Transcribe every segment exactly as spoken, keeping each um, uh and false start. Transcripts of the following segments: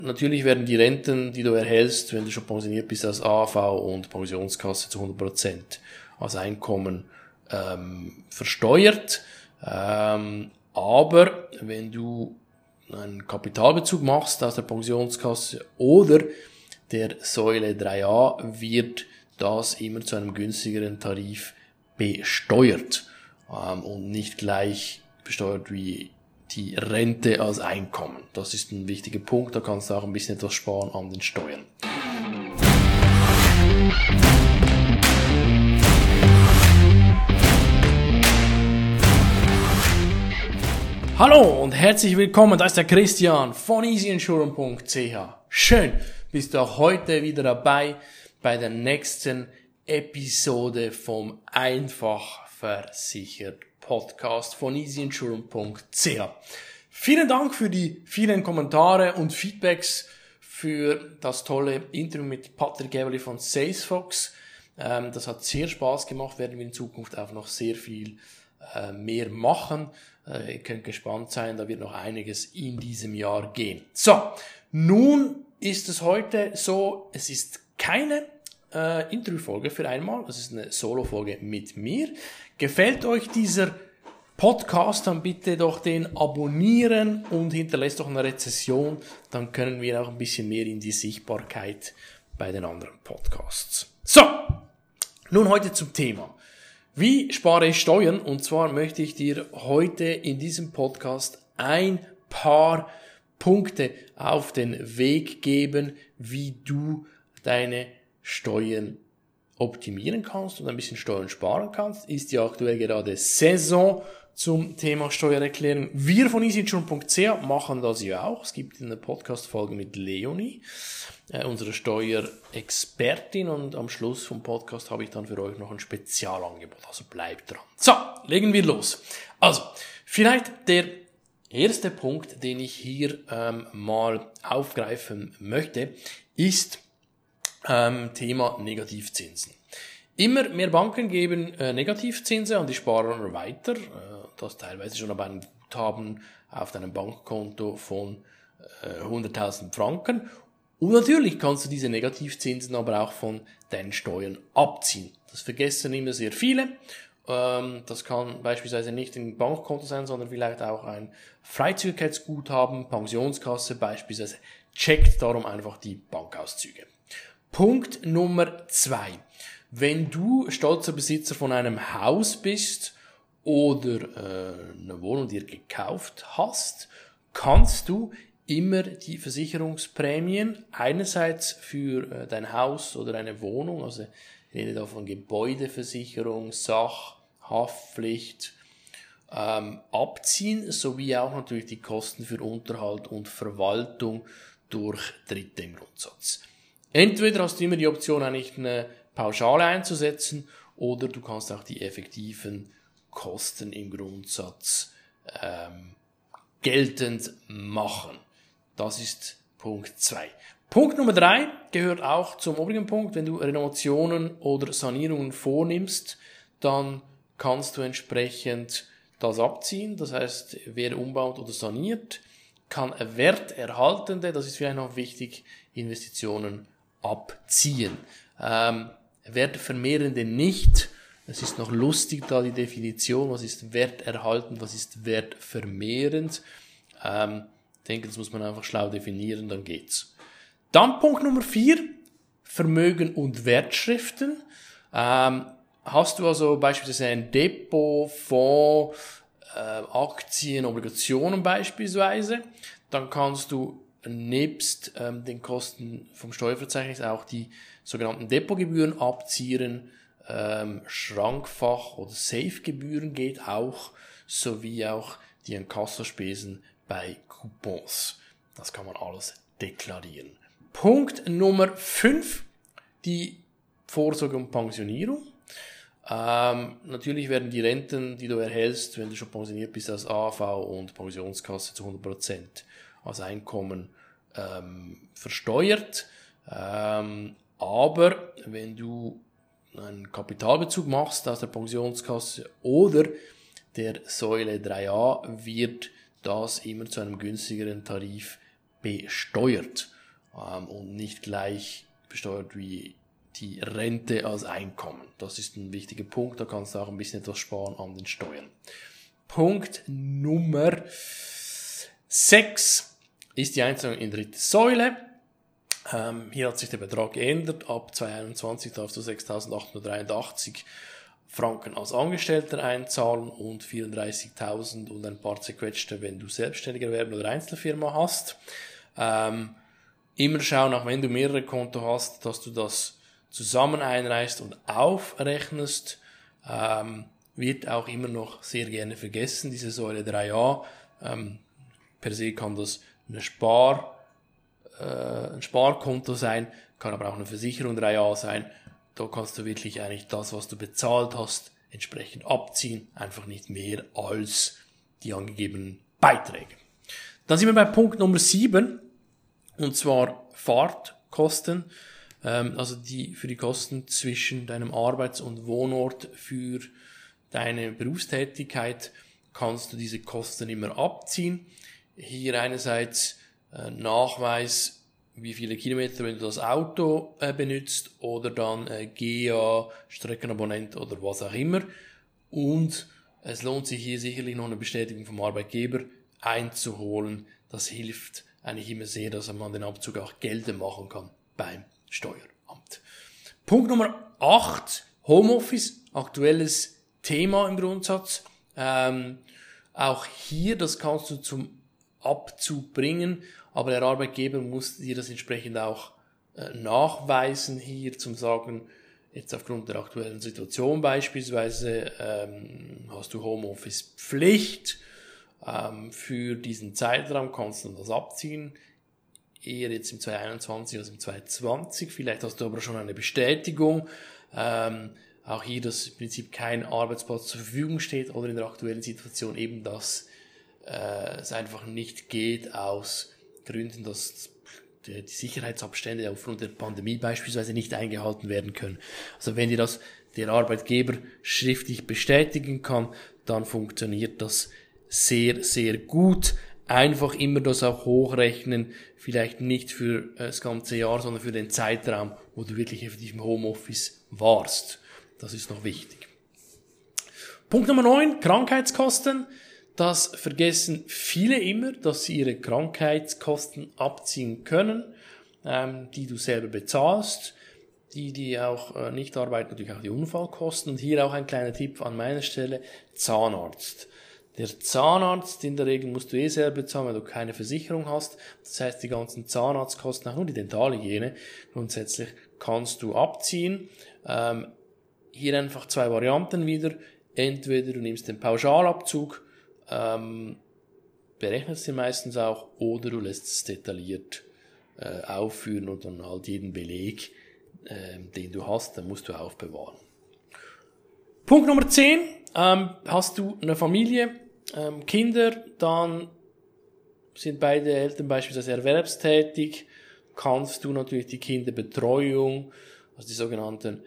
Natürlich werden die Renten, die du erhältst, wenn du schon pensioniert bist, als A V und Pensionskasse zu hundert Prozent als Einkommen ähm, versteuert. Ähm, aber wenn du einen Kapitalbezug machst aus der Pensionskasse oder der Säule drei a, wird das immer zu einem günstigeren Tarif besteuert ähm, und nicht gleich besteuert wie die Rente als Einkommen. Das ist ein wichtiger Punkt, da kannst du auch ein bisschen etwas sparen an den Steuern. Hallo und herzlich willkommen, da ist der Christian von easy insurance punkt c h. Schön, bist du auch heute wieder dabei bei der nächsten Episode vom Einfach versichert Podcast von easy insurance punkt c h. Vielen Dank für die vielen Kommentare und Feedbacks für das tolle Interview mit Patrick Eberli von SalesFox. Ähm, das hat sehr Spaß gemacht, werden wir in Zukunft auch noch sehr viel äh, mehr machen. Äh, ihr könnt gespannt sein, da wird noch einiges in diesem Jahr gehen. So, nun ist es heute so, es ist keine äh, Interviewfolge für einmal, es ist eine Solo-Folge mit mir. Gefällt euch dieser Podcast, dann bitte doch den abonnieren und hinterlasst doch eine Rezession, dann können wir auch ein bisschen mehr in die Sichtbarkeit bei den anderen Podcasts. So, nun heute zum Thema. Wie spare ich Steuern? Und zwar möchte ich dir heute in diesem Podcast ein paar Punkte auf den Weg geben, wie du deine Steuern optimieren kannst und ein bisschen Steuern sparen kannst. Ist ja aktuell gerade Saison zum Thema Steuererklärung. Wir von easy insurance punkt c h machen das ja auch. Es gibt eine Podcast-Folge mit Leonie, äh, unsere Steuerexpertin, und am Schluss vom Podcast habe ich dann für euch noch ein Spezialangebot. Also bleibt dran. So, legen wir los. Also, vielleicht der erste Punkt, den ich hier ähm, mal aufgreifen möchte, ist ähm, Thema Negativzinsen. Immer mehr Banken geben äh, Negativzinsen an die Sparer weiter, äh, das teilweise schon aber ein Guthaben auf deinem Bankkonto von äh, hunderttausend Franken. Und natürlich kannst du diese Negativzinsen aber auch von deinen Steuern abziehen. Das vergessen immer sehr viele. Ähm, das kann beispielsweise nicht ein Bankkonto sein, sondern vielleicht auch ein Freizügigkeitsguthaben, Pensionskasse beispielsweise. Checkt darum einfach die Bankauszüge. Punkt Nummer zwei. Wenn du stolzer Besitzer von einem Haus bist oder äh, eine Wohnung dir gekauft hast, kannst du immer die Versicherungsprämien einerseits für äh, dein Haus oder eine Wohnung, also ich rede da von Gebäudeversicherung, Sach-, Haftpflicht, ähm, abziehen, sowie auch natürlich die Kosten für Unterhalt und Verwaltung durch Dritte im Grundsatz. Entweder hast du immer die Option, eigentlich eine Pauschale einzusetzen, oder du kannst auch die effektiven Kosten im Grundsatz ähm, geltend machen. Das ist Punkt zwei. Punkt Nummer drei gehört auch zum obrigen Punkt. Wenn du Renovationen oder Sanierungen vornimmst, dann kannst du entsprechend das abziehen. Das heißt, wer umbaut oder saniert, kann werterhaltende, das ist vielleicht noch wichtig, Investitionen abziehen. Ähm, wertvermehrende nicht. Es ist noch lustig da die Definition, was ist werterhaltend, was ist wertvermehrend. Ähm, ich denke, das muss man einfach schlau definieren, dann geht's. Dann Punkt Nummer vier, Vermögen und Wertschriften. Ähm, hast du also beispielsweise ein Depot, Fonds, äh, Aktien, Obligationen beispielsweise, dann kannst du nebst ähm, den Kosten vom Steuerverzeichnis auch die sogenannten Depotgebühren abziehen, ähm, Schrankfach- oder Safe-Gebühren geht auch, sowie auch die Inkassospesen bei Coupons. Das kann man alles deklarieren. Punkt Nummer fünf, die Vorsorge und Pensionierung. Ähm, natürlich werden die Renten, die du erhältst, wenn du schon pensioniert bist, als A V und Pensionskasse zu hundert Prozent als Einkommen ähm, versteuert. Ähm, aber wenn du einen Kapitalbezug machst aus der Pensionskasse oder der Säule drei a, wird das immer zu einem günstigeren Tarif besteuert ähm, und nicht gleich besteuert wie die Rente als Einkommen. Das ist ein wichtiger Punkt, da kannst du auch ein bisschen etwas sparen an den Steuern. Punkt Nummer sechs ist die Einzahlung in dritte Säule. Ähm, hier hat sich der Betrag geändert. Ab zwanzig einundzwanzig darfst du sechstausendachthundertdreiundachtzig Franken als Angestellter einzahlen und vierunddreißigtausend und ein paar zerquetschte, wenn du selbstständiger Erwerber oder Einzelfirma hast. Ähm, immer schauen, auch wenn du mehrere Konto hast, dass du das zusammen einreichst und aufrechnest. Ähm, wird auch immer noch sehr gerne vergessen, diese Säule drei a. Ähm, per se kann das eine Spar, äh, ein Sparkonto sein, kann aber auch eine Versicherung drei a sein. Da kannst du wirklich eigentlich das, was du bezahlt hast, entsprechend abziehen, einfach nicht mehr als die angegebenen Beiträge. Dann sind wir bei Punkt Nummer sieben, und zwar Fahrtkosten, ähm, also die für die Kosten zwischen deinem Arbeits- und Wohnort für deine Berufstätigkeit kannst du diese Kosten immer abziehen. Hier einerseits äh, Nachweis, wie viele Kilometer, wenn du das Auto äh, benutzt, oder dann äh, G A, Streckenabonnent oder was auch immer. Und es lohnt sich hier sicherlich noch eine Bestätigung vom Arbeitgeber einzuholen. Das hilft eigentlich immer sehr, dass man den Abzug auch geltend machen kann beim Steueramt. Punkt Nummer acht, Homeoffice, aktuelles Thema im Grundsatz. Ähm, auch hier, das kannst du zum Abzug bringen, aber der Arbeitgeber muss dir das entsprechend auch äh, nachweisen, hier zum sagen, jetzt aufgrund der aktuellen Situation beispielsweise ähm, hast du Homeoffice-Pflicht, ähm, für diesen Zeitraum kannst du das abziehen, eher jetzt im zwanzig einundzwanzig als im zwanzig zwanzig, vielleicht hast du aber schon eine Bestätigung, ähm, auch hier, dass im Prinzip kein Arbeitsplatz zur Verfügung steht oder in der aktuellen Situation eben, dass äh, es einfach nicht geht aus Gründen, dass die, die Sicherheitsabstände aufgrund der Pandemie beispielsweise nicht eingehalten werden können. Also wenn dir das der Arbeitgeber schriftlich bestätigen kann, dann funktioniert das sehr, sehr gut. Einfach immer das auch hochrechnen, vielleicht nicht für das ganze Jahr, sondern für den Zeitraum, wo du wirklich effektiv im Homeoffice warst. Das ist noch wichtig. Punkt Nummer neun, Krankheitskosten. Das vergessen viele immer, dass sie ihre Krankheitskosten abziehen können, ähm, die du selber bezahlst. Die, die auch äh, nicht arbeiten, natürlich auch die Unfallkosten. Und hier auch ein kleiner Tipp an meiner Stelle, Zahnarzt. Der Zahnarzt in der Regel musst du eh selber bezahlen, weil du keine Versicherung hast. Das heißt, die ganzen Zahnarztkosten, auch nur die Dentalhygiene, grundsätzlich kannst du abziehen. Ähm, hier einfach zwei Varianten wieder. Entweder du nimmst den Pauschalabzug, ähm, berechnest den meistens auch, oder du lässt es detailliert äh, aufführen und dann halt jeden Beleg, äh, den du hast, dann musst du aufbewahren. Punkt Nummer zehn, ähm, hast du eine Familie, ähm, Kinder, dann sind beide Eltern beispielsweise erwerbstätig, kannst du natürlich die Kinderbetreuung, also die sogenannten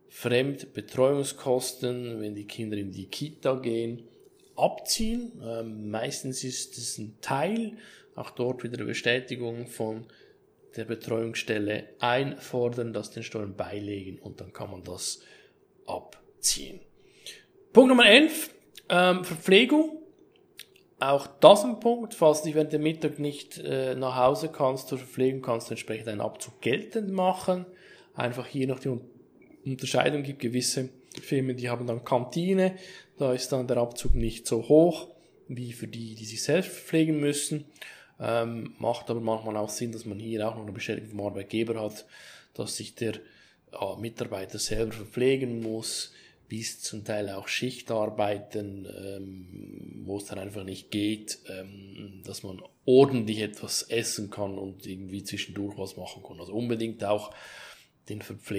Fremdbetreuungskosten, wenn die Kinder in die Kita gehen, abziehen. Ähm, meistens ist es ein Teil, auch dort wieder eine Bestätigung von der Betreuungsstelle einfordern, das den Steuern beilegen und dann kann man das abziehen. Punkt Nummer elf, ähm, Verpflegung. Auch das ein Punkt, falls du während dem Mittag nicht äh, nach Hause kannst zur Verpflegung, kannst du entsprechend einen Abzug geltend machen. Einfach hier noch die Unterscheidung gibt, gewisse Firmen, die haben dann Kantine, da ist dann der Abzug nicht so hoch, wie für die, die sich selbst verpflegen müssen. Ähm, macht aber manchmal auch Sinn, dass man hier auch noch eine Bestätigung vom Arbeitgeber hat, dass sich der äh, Mitarbeiter selber verpflegen muss, bis zum Teil auch Schichtarbeiten, ähm, wo es dann einfach nicht geht, ähm, dass man ordentlich etwas essen kann und irgendwie zwischendurch was machen kann. Also unbedingt auch den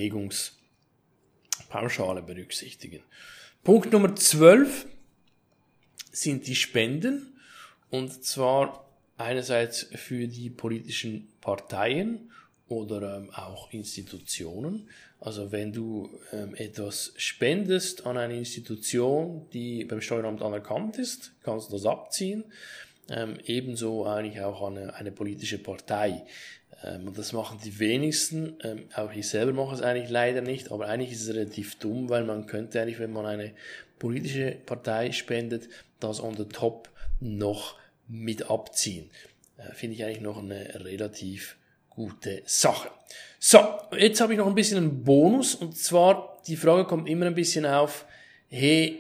Verpflegungspauschale berücksichtigen. Punkt Nummer zwölf sind die Spenden, und zwar einerseits für die politischen Parteien oder ähm, auch Institutionen. Also wenn du ähm, etwas spendest an eine Institution, die beim Steueramt anerkannt ist, kannst du das abziehen. ähm, ebenso eigentlich auch an eine, eine politische Partei. Ähm, und das machen die wenigsten, ähm, auch ich selber mache es eigentlich leider nicht, aber eigentlich ist es relativ dumm, weil man könnte eigentlich, wenn man eine politische Partei spendet, das on the top noch mit abziehen. Äh, finde ich eigentlich noch eine relativ gute Sache. So, jetzt habe ich noch ein bisschen einen Bonus, und zwar, die Frage kommt immer ein bisschen auf, hey,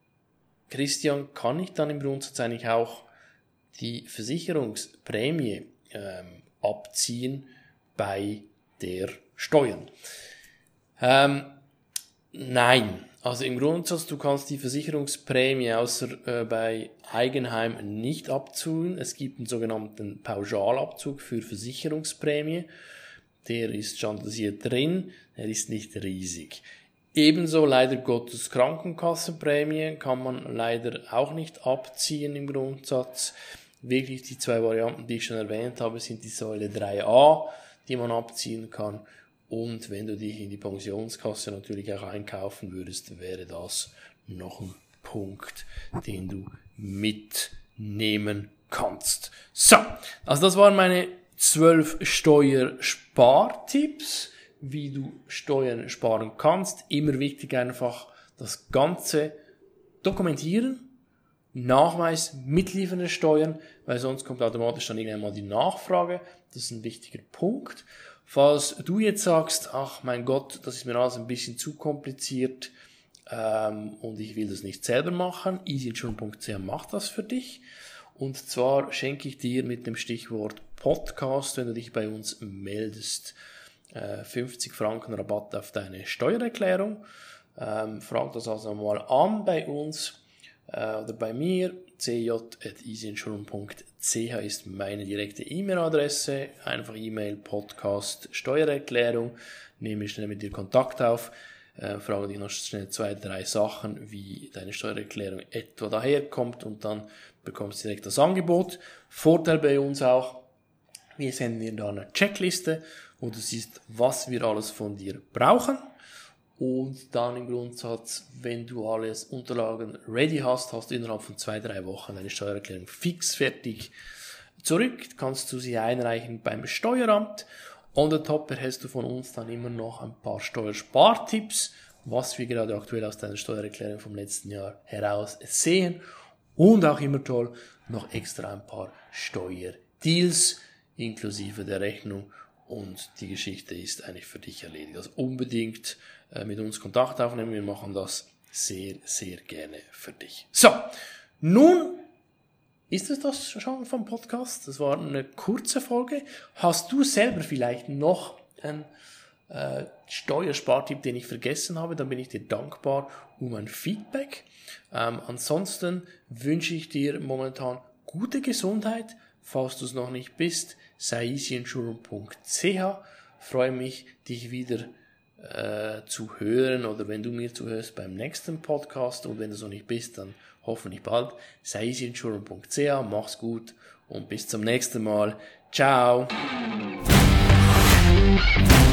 Christian, kann ich dann im Grundsatz eigentlich auch die Versicherungsprämie ähm, abziehen bei der Steuern? Ähm, nein, also im Grundsatz, du kannst die Versicherungsprämie außer äh, bei Eigenheim nicht abziehen. Es gibt einen sogenannten Pauschalabzug für Versicherungsprämie. Der ist standardisiert drin, er ist nicht riesig. Ebenso leider Gottes Krankenkassenprämie kann man leider auch nicht abziehen im Grundsatz. Wirklich die zwei Varianten, die ich schon erwähnt habe, sind die Säule drei a, die man abziehen kann. Und wenn du dich in die Pensionskasse natürlich auch einkaufen würdest, wäre das noch ein Punkt, den du mitnehmen kannst. So, also das waren meine zwölf Steuerspartipps, wie du Steuern sparen kannst. Immer wichtig einfach das Ganze dokumentieren, Nachweis mitliefern der Steuern, weil sonst kommt automatisch dann irgendwann mal die Nachfrage. Das ist ein wichtiger Punkt. Falls du jetzt sagst, ach mein Gott, das ist mir alles ein bisschen zu kompliziert ähm, und ich will das nicht selber machen, easyinsurance punkt c h macht das für dich. Und zwar schenke ich dir mit dem Stichwort Podcast, wenn du dich bei uns meldest, fünfzig Franken Rabatt auf deine Steuererklärung. Ähm, frag das also mal an bei uns äh, oder bei mir. c j at easyinsurance punkt c h ist meine direkte E-Mail-Adresse. Einfach E-Mail, Podcast, Steuererklärung. Nehme schnell mit dir Kontakt auf. Äh, frage dich noch schnell zwei, drei Sachen, wie deine Steuererklärung etwa daherkommt, und dann bekommst du direkt das Angebot. Vorteil bei uns auch, wir senden dir da eine Checkliste, wo du siehst, was wir alles von dir brauchen, und dann im Grundsatz, wenn du alles Unterlagen ready hast, hast du innerhalb von zwei, drei Wochen deine Steuererklärung fix fertig zurück, kannst du sie einreichen beim Steueramt. On the top erhältst du von uns dann immer noch ein paar Steuerspartipps, was wir gerade aktuell aus deiner Steuererklärung vom letzten Jahr heraus sehen, und auch immer toll, noch extra ein paar Steuerdeals inklusive der Rechnung. Und die Geschichte ist eigentlich für dich erledigt. Also unbedingt äh, mit uns Kontakt aufnehmen. Wir machen das sehr, sehr gerne für dich. So, nun ist es das schon vom Podcast. Das war eine kurze Folge. Hast du selber vielleicht noch einen äh, Steuerspartipp, den ich vergessen habe? Dann bin ich dir dankbar um ein Feedback. Ähm, ansonsten wünsche ich dir momentan gute Gesundheit. Falls du es noch nicht bist, sei easyinsurance punkt c h. Freue mich, dich wieder äh, zu hören, oder wenn du mir zuhörst beim nächsten Podcast, und wenn du es noch nicht bist, dann hoffentlich bald. Sei easyinsurance punkt c h. Mach's gut und bis zum nächsten Mal. Ciao.